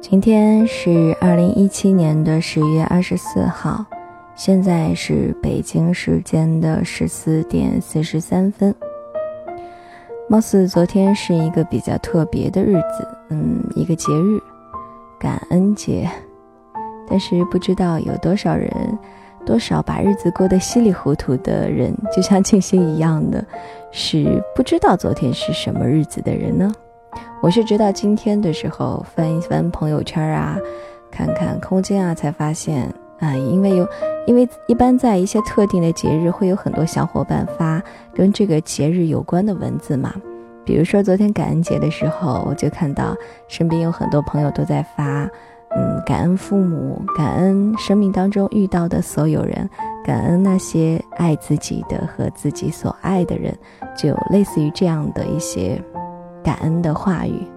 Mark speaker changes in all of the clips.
Speaker 1: 今天是2017年的10月24号，现在是北京时间的14点43分。貌似昨天是一个比较特别的日子，一个节日，感恩节。但是不知道有多少把日子过得稀里糊涂的人，就像静心一样的，是不知道昨天是什么日子的人呢？我是直到今天的时候翻一翻朋友圈啊，看看空间啊，才发现因为一般在一些特定的节日会有很多小伙伴发跟这个节日有关的文字嘛。比如说昨天感恩节的时候，我就看到身边有很多朋友都在发感恩父母，感恩生命当中遇到的所有人，感恩那些爱自己的和自己所爱的人，就类似于这样的一些感恩的话语。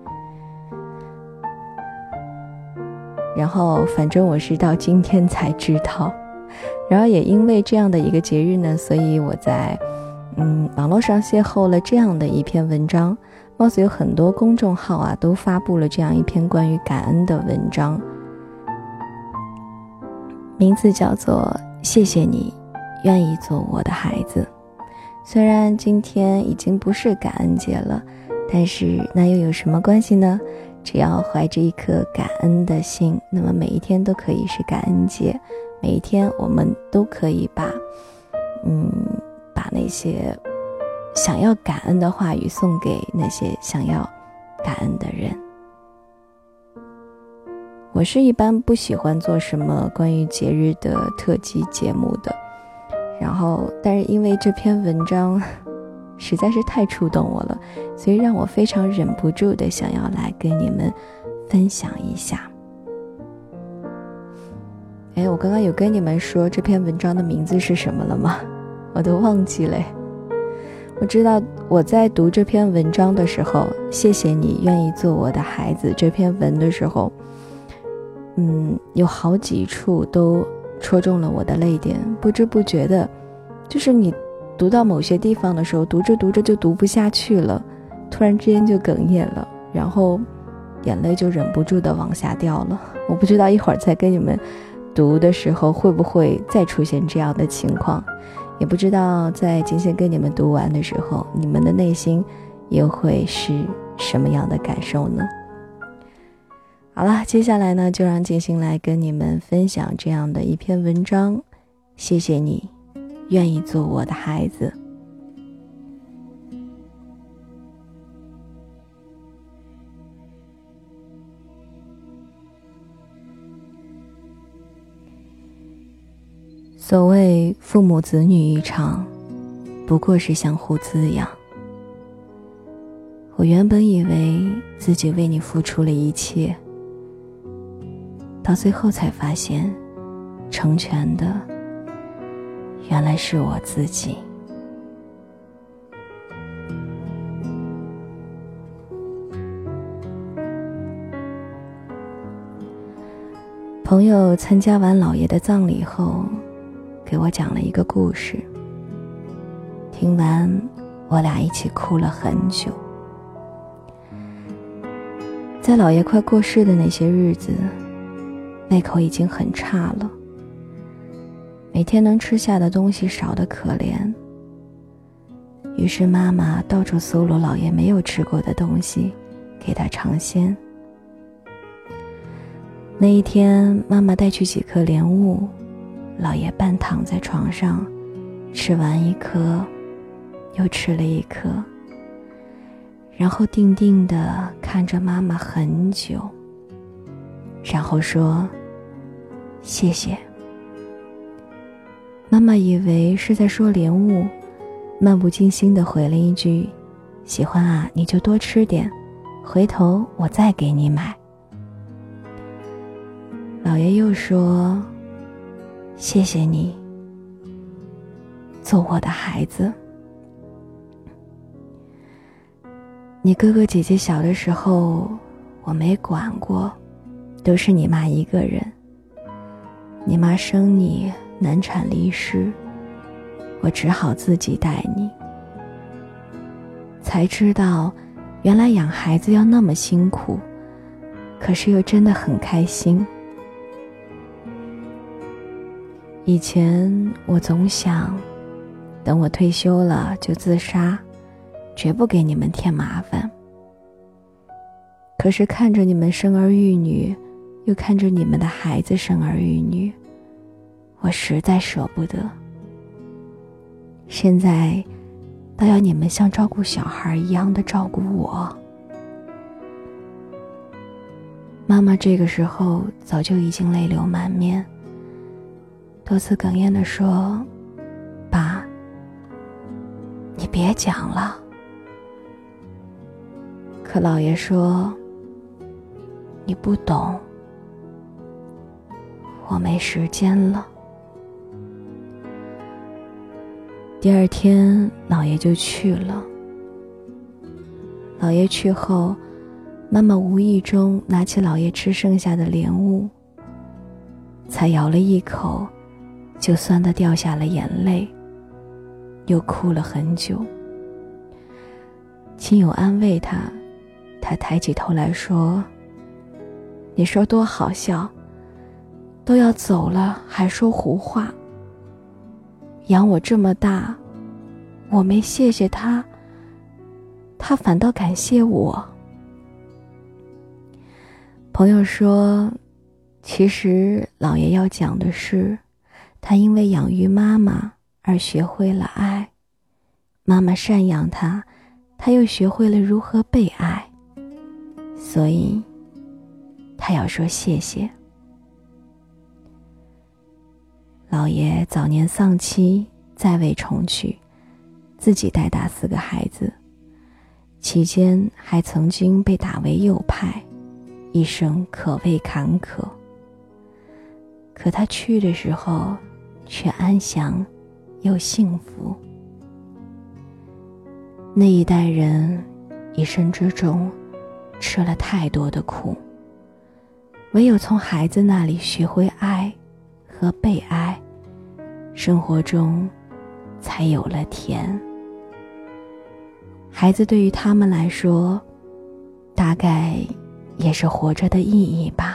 Speaker 1: 然后反正我是到今天才知道，然后也因为这样的一个节日呢，所以我在网络上邂逅了这样的一篇文章，貌似有很多公众号啊都发布了这样一篇关于感恩的文章，名字叫做谢谢你愿意做我的孩子。虽然今天已经不是感恩节了，但是那又有什么关系呢？只要怀着一颗感恩的心，那么每一天都可以是感恩节，每一天我们都可以把那些想要感恩的话语送给那些想要感恩的人。我是一般不喜欢做什么关于节日的特辑节目的，但是因为这篇文章实在是太触动我了，所以让我非常忍不住的想要来跟你们分享一下。我刚刚有跟你们说这篇文章的名字是什么了吗？我都忘记了。我知道我在读这篇文章的时候，谢谢你愿意做我的孩子这篇文的时候，有好几处都戳中了我的泪点，不知不觉的，就是你读到某些地方的时候，读着读着就读不下去了，突然之间就哽咽了，然后眼泪就忍不住的往下掉了。我不知道一会儿再跟你们读的时候会不会再出现这样的情况，也不知道在今天跟你们读完的时候，你们的内心又会是什么样的感受呢？好了，接下来呢，就让静心来跟你们分享这样的一篇文章，谢谢你愿意做我的孩子。所谓父母子女一场，不过是相互滋养。我原本以为自己为你付出了一切，到最后才发现，成全的原来是我自己。朋友参加完姥爷的葬礼后，给我讲了一个故事，听完我俩一起哭了很久。在姥爷快过世的那些日子，胃口已经很差了，每天能吃下的东西少得可怜。于是妈妈到处搜罗姥爷没有吃过的东西，给他尝鲜。那一天，妈妈带去几颗莲雾，姥爷半躺在床上，吃完一颗，又吃了一颗，然后定定地看着妈妈很久，然后说谢谢。妈妈以为是在说莲雾，漫不经心地回了一句，喜欢啊你就多吃点，回头我再给你买。姥爷又说，谢谢你做我的孩子。你哥哥姐姐小的时候我没管过，都是你妈一个人。你妈生你难产离世，我只好自己带你。才知道原来养孩子要那么辛苦， 可是又真的很开心。以前我总想，等我退休了就自杀，绝不给你们添麻烦。可是看着你们生儿育女，又看着你们的孩子生儿育女，我实在舍不得。现在倒要你们像照顾小孩一样的照顾我。妈妈这个时候早就已经泪流满面，多次哽咽地说：爸，你别讲了。可姥爷说：你不懂，我没时间了。第二天姥爷就去了。姥爷去后，妈妈无意中拿起姥爷吃剩下的莲雾，才咬了一口，就酸得掉下了眼泪，又哭了很久。亲友安慰他，他抬起头来说：你说多好笑，都要走了还说胡话。养我这么大，我没谢谢他，他反倒感谢我。朋友说，其实姥爷要讲的是，他因为养育妈妈而学会了爱，妈妈赡养他，他又学会了如何被爱，所以他要说谢谢。姥爷早年丧妻，再未重娶，自己带大4个孩子，期间还曾经被打为右派，一生可谓坎坷。可他去的时候却安详又幸福。那一代人一生之中吃了太多的苦，唯有从孩子那里学会爱和被爱，生活中才有了甜。孩子对于他们来说，大概也是活着的意义吧。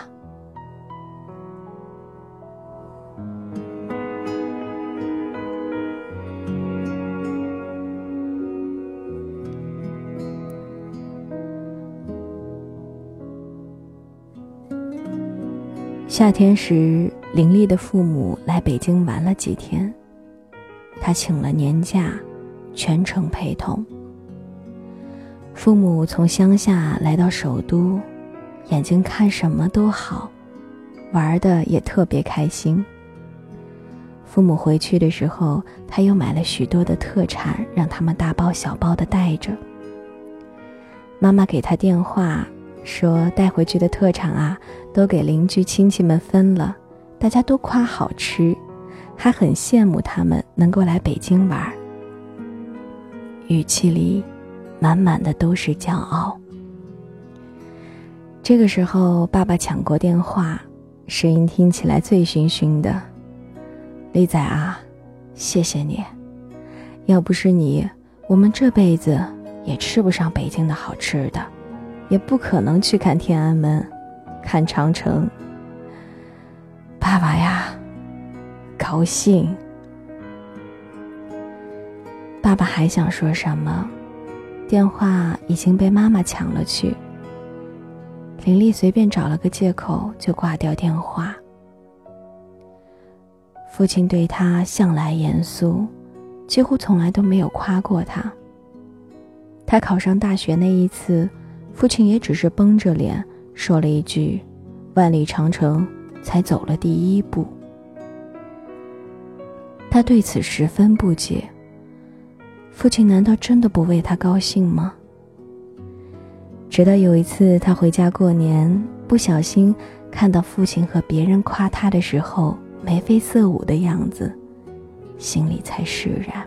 Speaker 1: 夏天时，林丽的父母来北京玩了几天，她请了年假，全程陪同。父母从乡下来到首都，眼睛看什么都好，玩的也特别开心。父母回去的时候，他又买了许多的特产，让他们大包小包的带着。妈妈给他电话说，带回去的特产啊，都给邻居亲戚们分了，大家都夸好吃，还很羡慕他们能够来北京玩。语气里满满的都是骄傲。这个时候，爸爸抢过电话，声音听起来醉醺醺的：丽仔啊，谢谢你，要不是你，我们这辈子也吃不上北京的好吃的，也不可能去看天安门，看长城。爸爸呀，高兴。爸爸还想说什么，电话已经被妈妈抢了去。林丽随便找了个借口就挂掉电话。父亲对他向来严肃，几乎从来都没有夸过他。他考上大学那一次，父亲也只是绷着脸说了一句：万里长城才走了第一步。他对此十分不解，父亲难道真的不为他高兴吗？直到有一次他回家过年，不小心看到父亲和别人夸他的时候眉飞色舞的样子，心里才释然。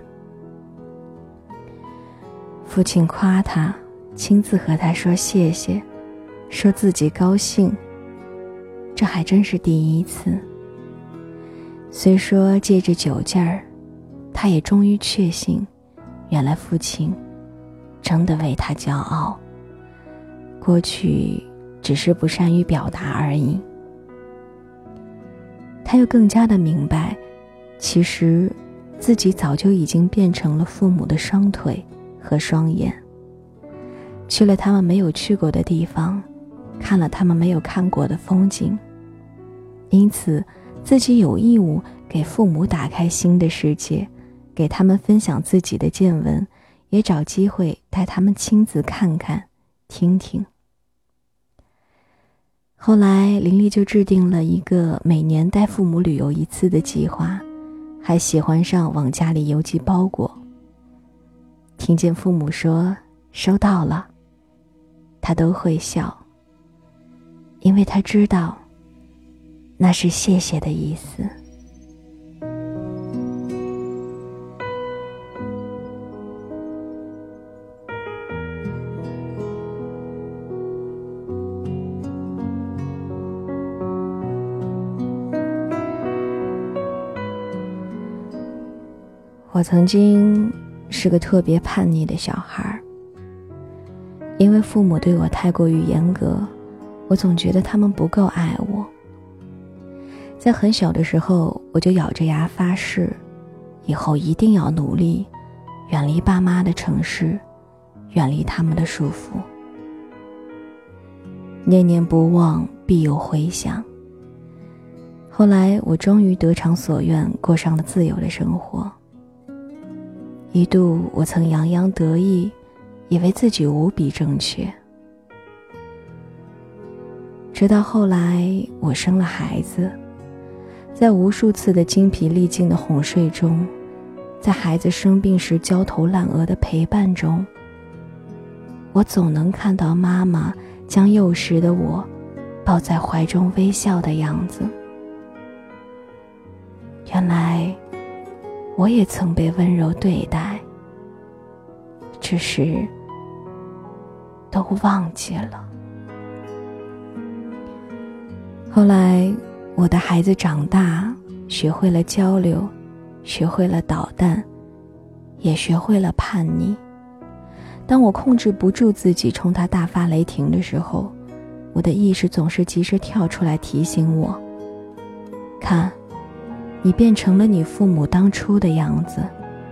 Speaker 1: 父亲夸他，亲自和他说谢谢，说自己高兴，这还真是第一次。虽说借着酒劲儿，他也终于确信，原来父亲真的为他骄傲。过去只是不善于表达而已。他又更加的明白，其实自己早就已经变成了父母的双腿和双眼，去了他们没有去过的地方，看了他们没有看过的风景，因此自己有义务给父母打开新的世界，给他们分享自己的见闻，也找机会带他们亲自看看听听。后来林丽就制定了一个每年带父母旅游一次的计划，还喜欢上往家里邮寄包裹。听见父母说收到了，他都会笑，因为他知道那是谢谢的意思。我曾经是个特别叛逆的小孩，因为父母对我太过于严格，我总觉得他们不够爱我。在很小的时候，我就咬着牙发誓，以后一定要努力，远离爸妈的城市，远离他们的束缚。念念不忘，必有回响。后来我终于得偿所愿，过上了自由的生活。一度我曾洋洋得意，以为自己无比正确。直到后来我生了孩子，在无数次的精疲力尽的哄睡中，在孩子生病时焦头烂额的陪伴中，我总能看到妈妈将幼时的我抱在怀中微笑的样子。原来我也曾被温柔对待，只是都忘记了。后来我的孩子长大，学会了交流，学会了捣蛋，也学会了叛逆。当我控制不住自己冲他大发雷霆的时候，我的意识总是及时跳出来提醒我，看，你变成了你父母当初的样子。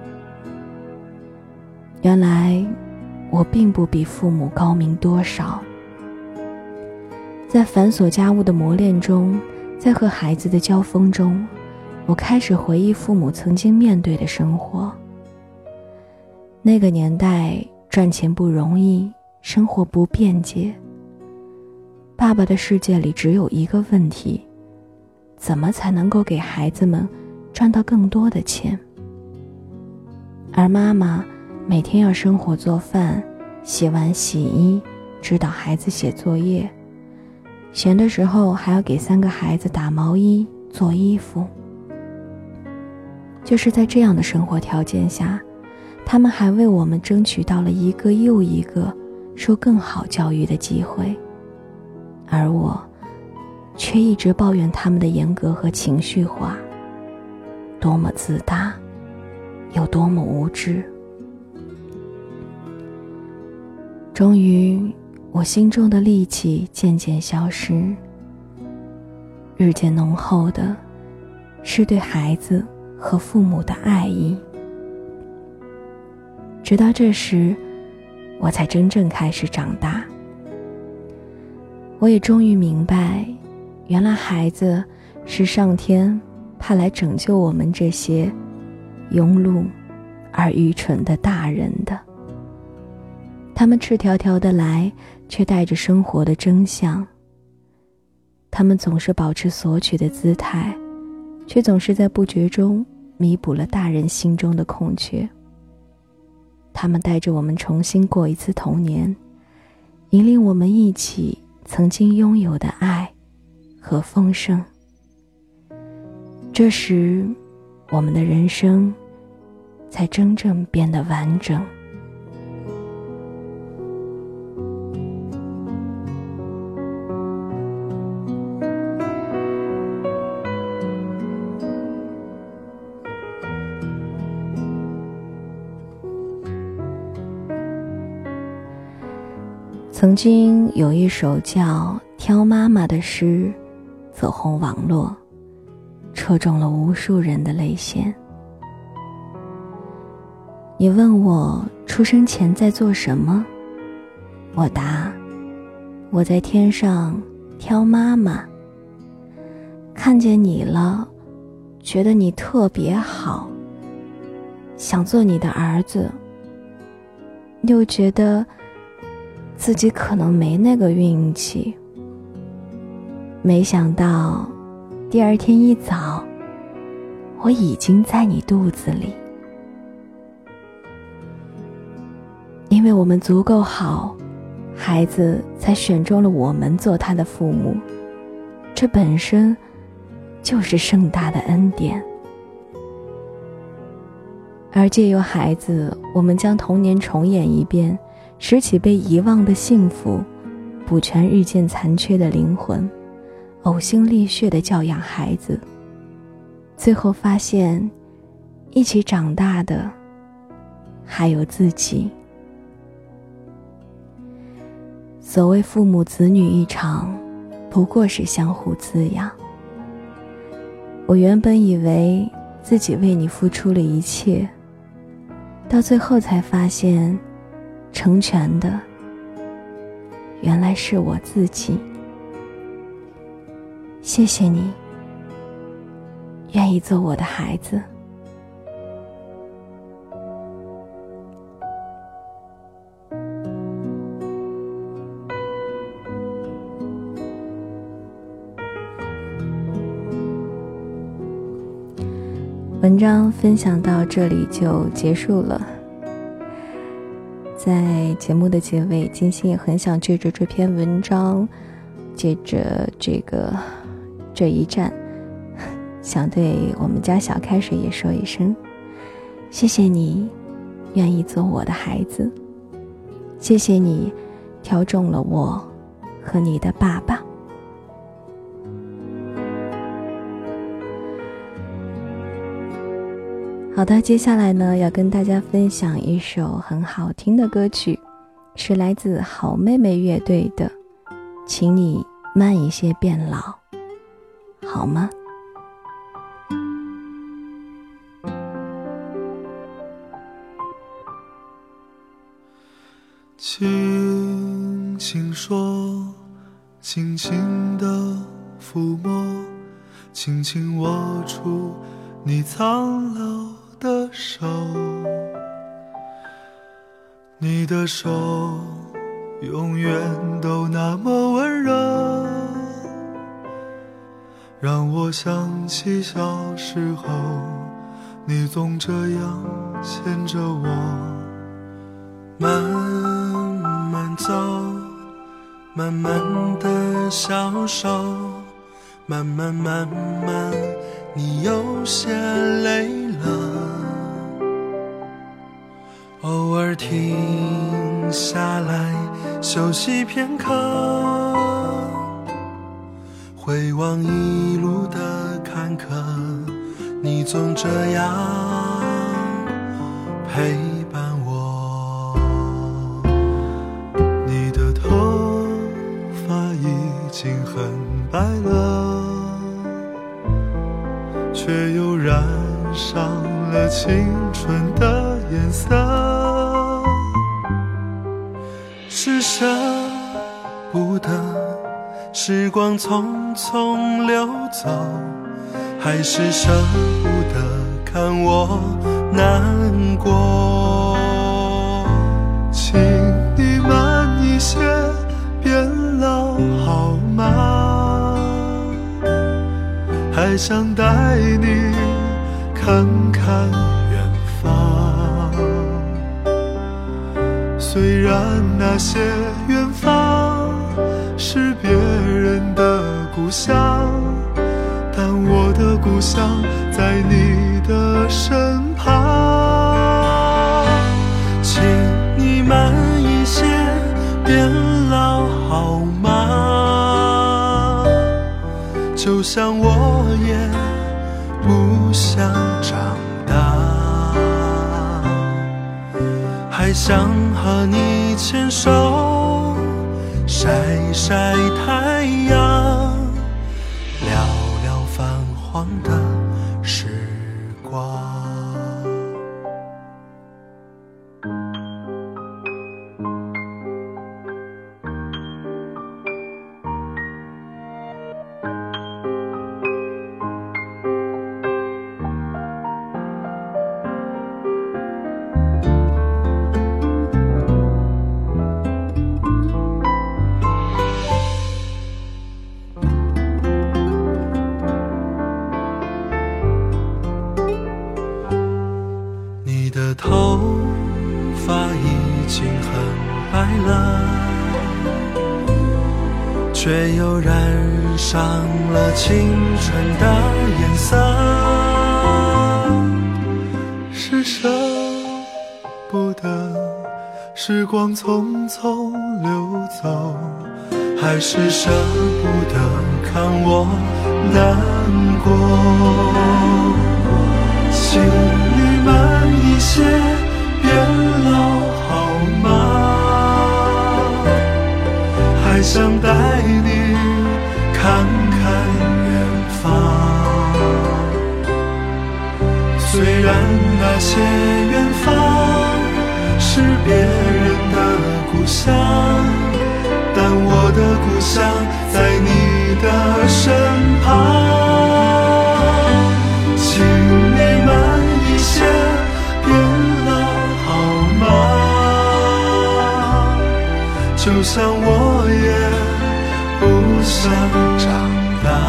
Speaker 1: 原来我并不比父母高明多少。在繁琐家务的磨练中，在和孩子的交锋中，我开始回忆父母曾经面对的生活。那个年代赚钱不容易，生活不便捷。爸爸的世界里只有一个问题，怎么才能够给孩子们赚到更多的钱？而妈妈每天要生火做饭，洗碗洗衣，指导孩子写作业，闲的时候还要给3个孩子打毛衣做衣服。就是在这样的生活条件下，他们还为我们争取到了一个又一个受更好教育的机会，而我却一直抱怨他们的严格和情绪化，多么自大，有多么无知。终于我心中的戾气渐渐消失，日渐浓厚的是对孩子和父母的爱意。直到这时，我才真正开始长大。我也终于明白，原来孩子是上天派来拯救我们这些庸碌而愚蠢的大人的。他们赤条条的来，却带着生活的真相。他们总是保持索取的姿态，却总是在不觉中弥补了大人心中的空缺。他们带着我们重新过一次童年，引领我们一起曾经拥有的爱和丰盛。这时，我们的人生才真正变得完整。 曾经有一首叫《挑妈妈》的诗走红网络，戳中了无数人的泪腺。你问我出生前在做什么，我答，我在天上挑妈妈，看见你了，觉得你特别好，想做你的儿子，又觉得自己可能没那个运气。没想到第二天一早，我已经在你肚子里。因为我们足够好，孩子才选中了我们做他的父母，这本身就是盛大的恩典。而借由孩子，我们将童年重演一遍，拾起被遗忘的幸福，补全日渐残缺的灵魂，呕心沥血地教养孩子，最后发现一起长大的还有自己。所谓父母子女一场，不过是相互滋养。我原本以为自己为你付出了一切，到最后才发现，成全的原来是我自己。谢谢你，愿意做我的孩子。文章分享到这里就结束了。在节目的结尾，金星也很想借着这篇文章，借着这一站，想对我们家小开水也说一声，谢谢你愿意做我的孩子，谢谢你挑中了我和你的爸爸。好的，接下来呢，要跟大家分享一首很好听的歌曲，是来自好妹妹乐队的《请你慢一些变老》，好吗？
Speaker 2: 轻轻说，轻轻地抚摸，轻轻握住你苍老的手，你的手永远都那么温柔，让我想起小时候，你总这样牵着我，慢慢走，慢慢的消瘦，慢慢慢慢你有些累了，偶尔停下来休息片刻，回望一路的坎坷，你总这样陪伴我，你的头发已经很白了，却又染上了青春的颜色，是舍不得时光匆匆流走，还是舍不得看我难过，请你慢一些变老好吗，还想带你看看远方，虽然那些远方是别人的故乡，但我的故乡在你的身旁，请你慢一些变老好吗，就像我也不想长大，还想和你牵手晒晒太阳，聊聊泛黄的时光。你的头发已经很白了，却又染上了青春的颜色，是舍不得时光匆匆流走，还是舍不得看我难过？请你慢一些，别老好吗？还想带你看看远方，虽然那些远方是别人的故乡，但我的故乡在你的身旁。请你慢一些，别老好吗？就像我也不想长大，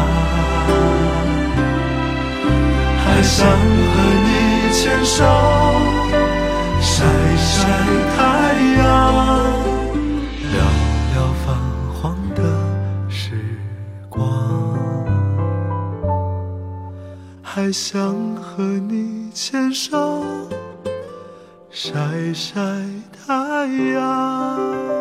Speaker 2: 还想和你牵手晒晒太阳，聊聊泛黄的时光，还想和你牵手晒晒太阳。